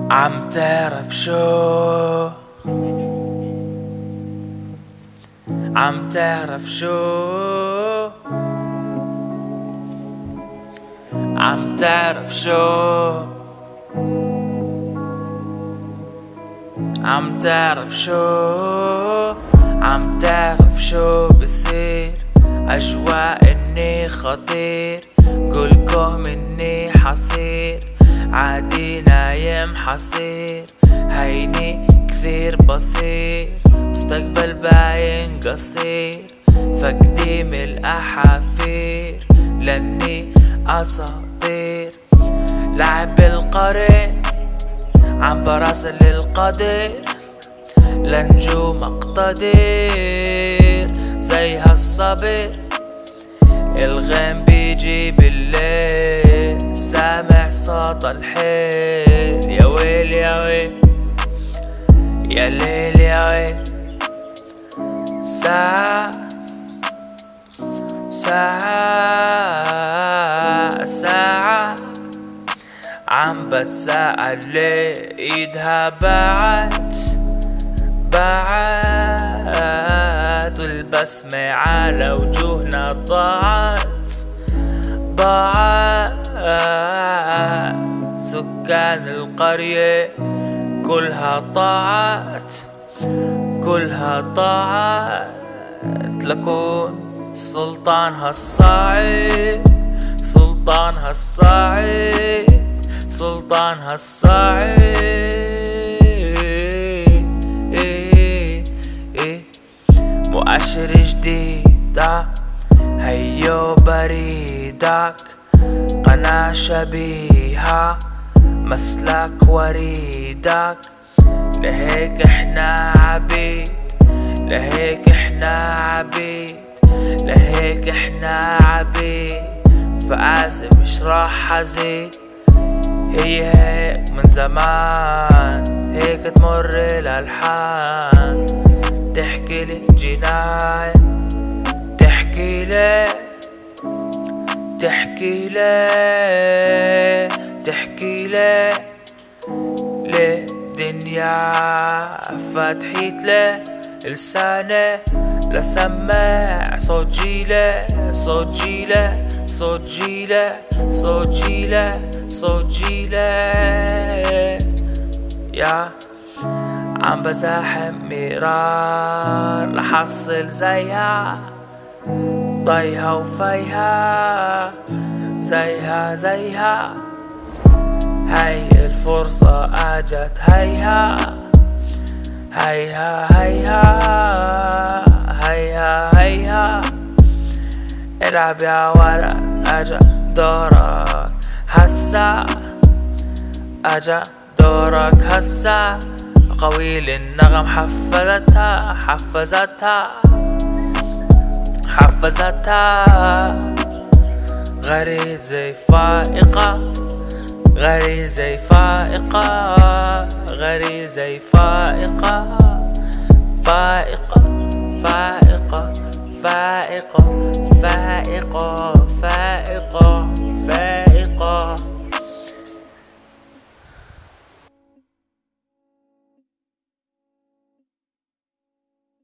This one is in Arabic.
عم تعرف شو عم تعرف شو عم تعرف شو عم تعرف شو عم تعرف شو بصير أجواء إني خطير كلكم إني حصير عادي نايم حصير هيني كثير بصير مستقبل باين قصير فقديم الأحافير لاني أساطير لعب القرن عم براسل القدر لنجوم اقتدر زي هالصبر الغيم بيجي بالليل سامع صوت الحيل يا ويل يا ويل يا ليل يا ويل ساعة ساعة ساعة عم بتساءل ليه ايدها بعد والبسمة على وجوهنا ضاعت سكان القرية كلها طاعت لكون سلطان هالصعيد مؤشر جديد هيو بريدك قناة شبيهة مسلك وريدك لهيك احنا عبيد فقاسي مش راح أزيد هي هيك من زمان هيك تمر الألحان تحكي لي جناية تحكي لي ليه دنيا فتحيت لي لساني لسمع صوت جيلي يا عم بزاحم مرار لحصل زيها ضيها وفيها زيها هاي الفرصة اجت هيها العب يا ولد اجا دورك هسا قويل النغم حفزتها غريزة فائقة فائقة